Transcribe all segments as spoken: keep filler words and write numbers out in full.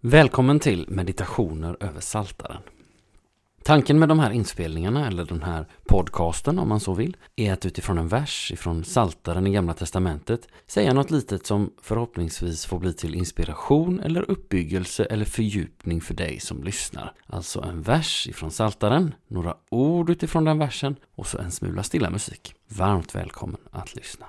Välkommen till meditationer över Psaltaren. Tanken med de här inspelningarna, eller den här podcasten om man så vill, är att utifrån en vers ifrån Psaltaren i Gamla testamentet säga något litet som förhoppningsvis får bli till inspiration eller uppbyggelse eller fördjupning för dig som lyssnar. Alltså en vers ifrån Psaltaren, några ord utifrån den versen och så en smula stilla musik. Varmt välkommen att lyssna.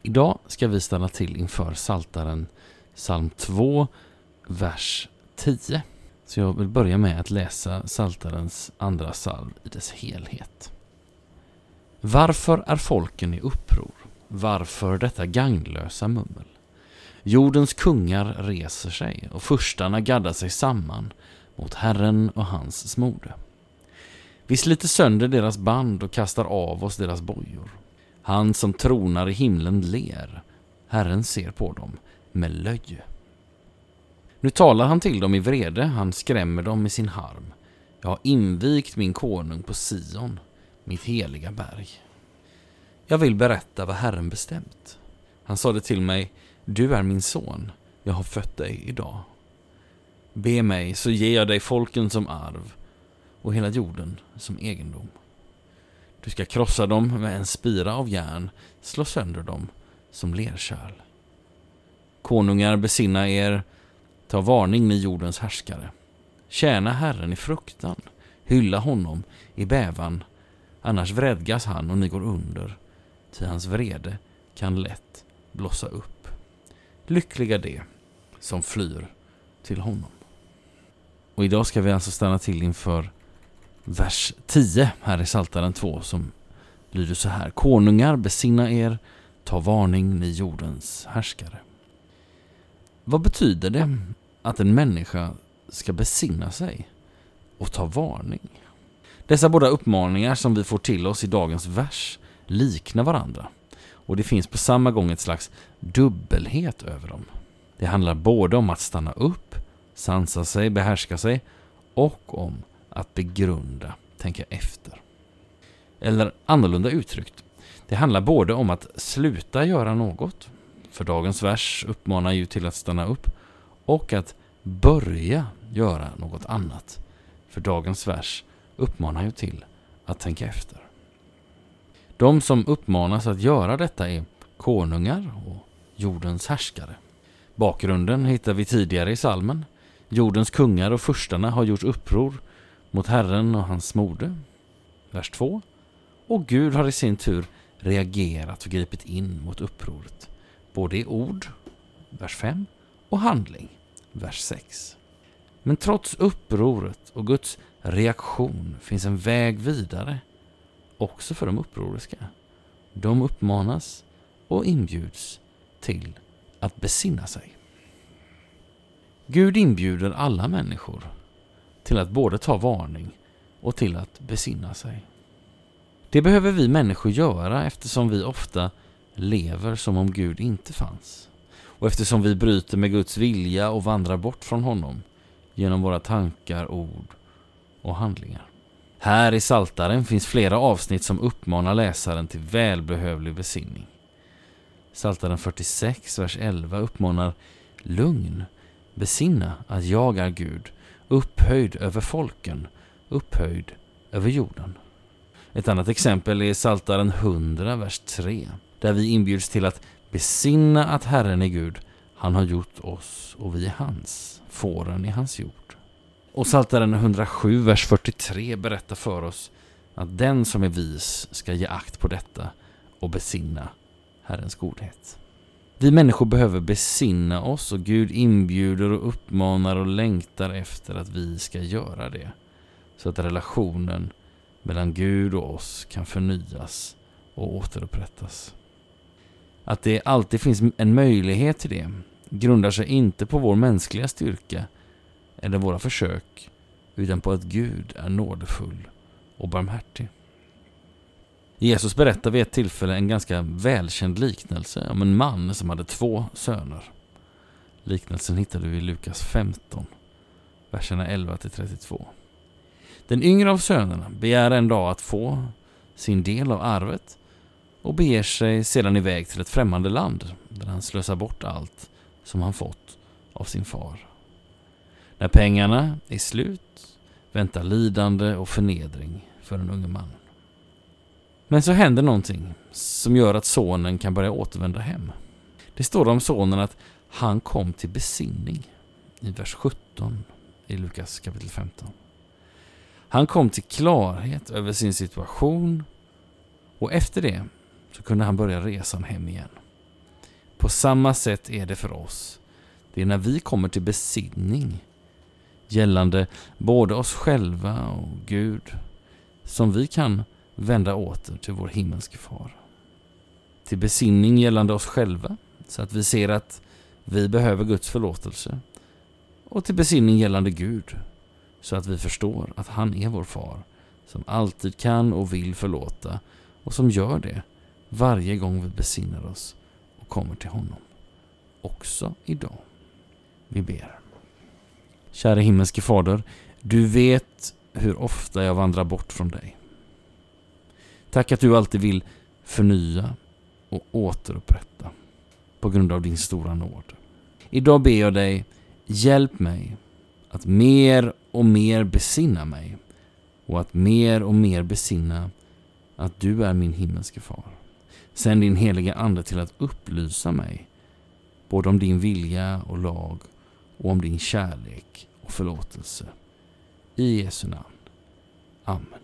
Idag ska vi stanna till inför Psaltaren psalm två, vers tio. Så jag vill börja med att läsa Psaltarens andra psalm i dess helhet. Varför är folken i uppror? Varför detta gagnlösa mummel? Jordens kungar reser sig och furstarna gaddar sig samman mot Herren och hans smorde. Vi sliter sönder deras band och kastar av oss deras bojor. Han som tronar i himlen ler. Herren ser på dem med löje. Nu talar han till dem i vrede, han skrämmer dem med sin harm. Jag har invigt min konung på Sion, mitt heliga berg. Jag vill berätta vad Herren bestämt. Han sa det till mig, du är min son, jag har fött dig idag. Be mig så ger jag dig folken som arv och hela jorden som egendom. Du ska krossa dem med en spira av järn, slå sönder dem som lerkärl. Konungar, besinna er, ta varning ni jordens härskare. Tjäna Herren i fruktan, hylla honom i bävan, annars vredgas han och ni går under, till hans vrede kan lätt blossa upp. Lyckliga det som flyr till honom. Och idag ska vi alltså stanna till inför vers tio här i Psaltaren två som lyder så här. Konungar, besinna er, ta varning ni jordens härskare. Vad betyder det att en människa ska besinna sig och ta varning? Dessa båda uppmaningar som vi får till oss i dagens vers liknar varandra. Och det finns på samma gång ett slags dubbelhet över dem. Det handlar både om att stanna upp, sansa sig, behärska sig och om att begrunda, tänka efter. Eller annorlunda uttryckt, det handlar både om att sluta göra något, för dagens vers uppmanar ju till att stanna upp, och att börja göra något annat, för dagens vers uppmanar ju till att tänka efter. De som uppmanas att göra detta är konungar och jordens härskare. Bakgrunden hittar vi tidigare i psalmen. Jordens kungar och furstarna har gjort uppror mot Herren och hans smorde. Vers två. Och Gud har i sin tur reagerat och gripit in mot upproret. Både i ord, vers fem, och handling, vers sex. Men trots upproret och Guds reaktion finns en väg vidare, också för de upproriska. De uppmanas och inbjuds till att besinna sig. Gud inbjuder alla människor till att både ta varning och till att besinna sig. Det behöver vi människor göra eftersom vi ofta lever som om Gud inte fanns. Och eftersom vi bryter med Guds vilja och vandrar bort från honom genom våra tankar, ord och handlingar. Här i Psaltaren finns flera avsnitt som uppmanar läsaren till välbehövlig besinning. Psaltaren fyrtiosex, vers elva uppmanar lugn, besinna att jag är Gud, upphöjd över folken, upphöjd över jorden. Ett annat exempel är Psaltaren hundra, vers tre, där vi inbjuds till att besinna att Herren är Gud, han har gjort oss och vi är hans, fåren i hans jord. Och Psaltaren hundrasju, vers fyrtiotre berättar för oss att den som är vis ska ge akt på detta och besinna Herrens godhet. Vi människor behöver besinna oss och Gud inbjuder och uppmanar och längtar efter att vi ska göra det. Så att relationen mellan Gud och oss kan förnyas och återupprättas. Att det alltid finns en möjlighet till det grundar sig inte på vår mänskliga styrka eller våra försök, utan på att Gud är nådefull och barmhärtig. Jesus berättar vid ett tillfälle en ganska välkänd liknelse om en man som hade två söner. Liknelsen hittar du i Lukas femton, verserna elva till trettiotvå. Den yngre av sönerna begär en dag att få sin del av arvet och beger sig sedan iväg till ett främmande land där han slösar bort allt som han fått av sin far. När pengarna är slut väntar lidande och förnedring för den unge mannen. Men så händer någonting som gör att sonen kan börja återvända hem. Det står om sonen att han kom till besinning i vers sjutton i Lukas kapitel femton. Han kom till klarhet över sin situation och efter det så kunde han börja resan hem igen. På samma sätt är det för oss. Det är när vi kommer till besinning gällande både oss själva och Gud som vi kan vända åter till vår himmelske far. Till besinning gällande oss själva så att vi ser att vi behöver Guds förlåtelse. Och till besinning gällande Gud så att vi förstår att han är vår far som alltid kan och vill förlåta och som gör det varje gång vi besinnar oss och kommer till honom. Också idag. Vi ber. Kära himmelske fader, du vet hur ofta jag vandrar bort från dig. Tack att du alltid vill förnya och återupprätta på grund av din stora nåd. Idag ber jag dig, hjälp mig att mer och mer besinna mig och att mer och mer besinna att du är min himmelske far. Sänd din heliga ande till att upplysa mig både om din vilja och lag och om din kärlek och förlåtelse. I Jesu namn. Amen.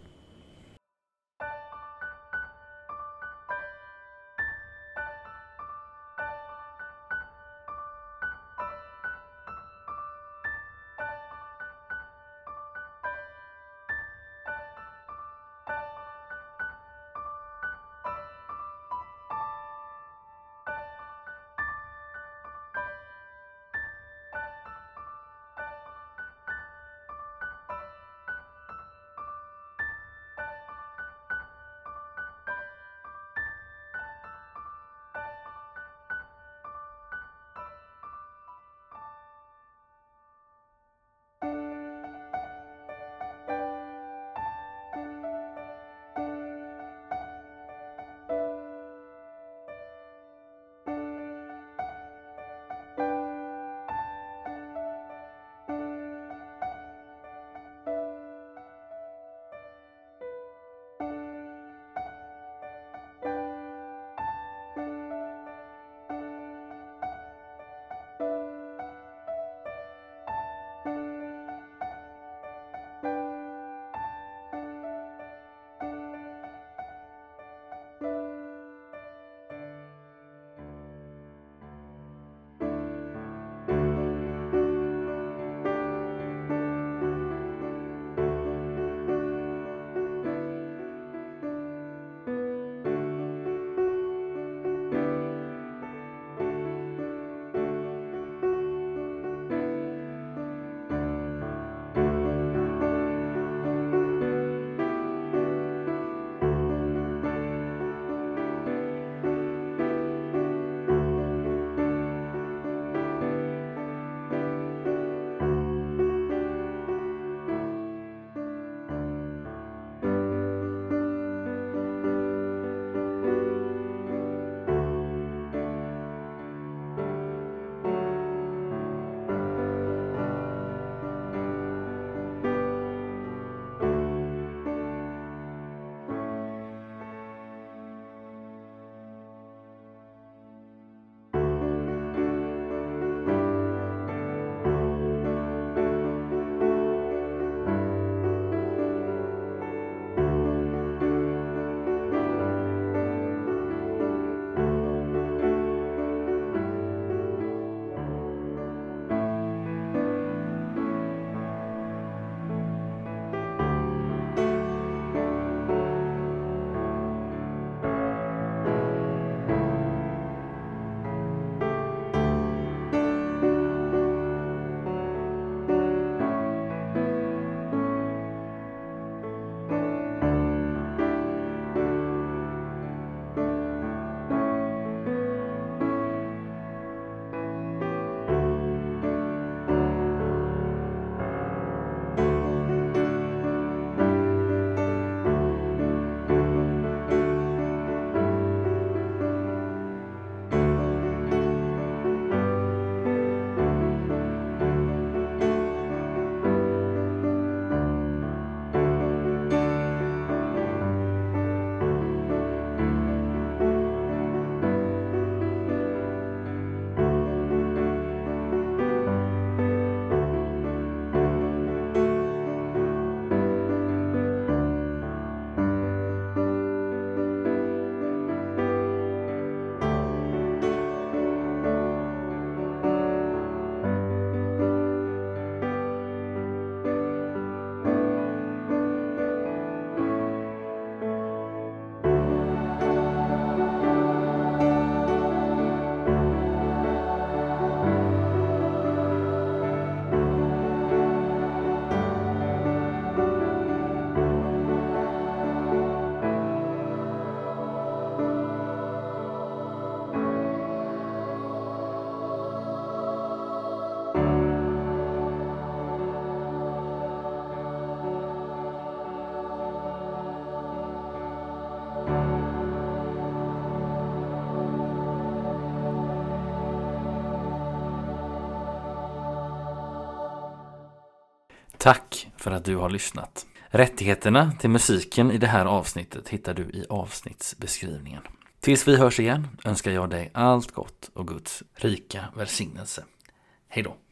Tack för att du har lyssnat. Rättigheterna till musiken i det här avsnittet hittar du i avsnittsbeskrivningen. Tills vi hörs igen önskar jag dig allt gott och Guds rika välsignelse. Hej då!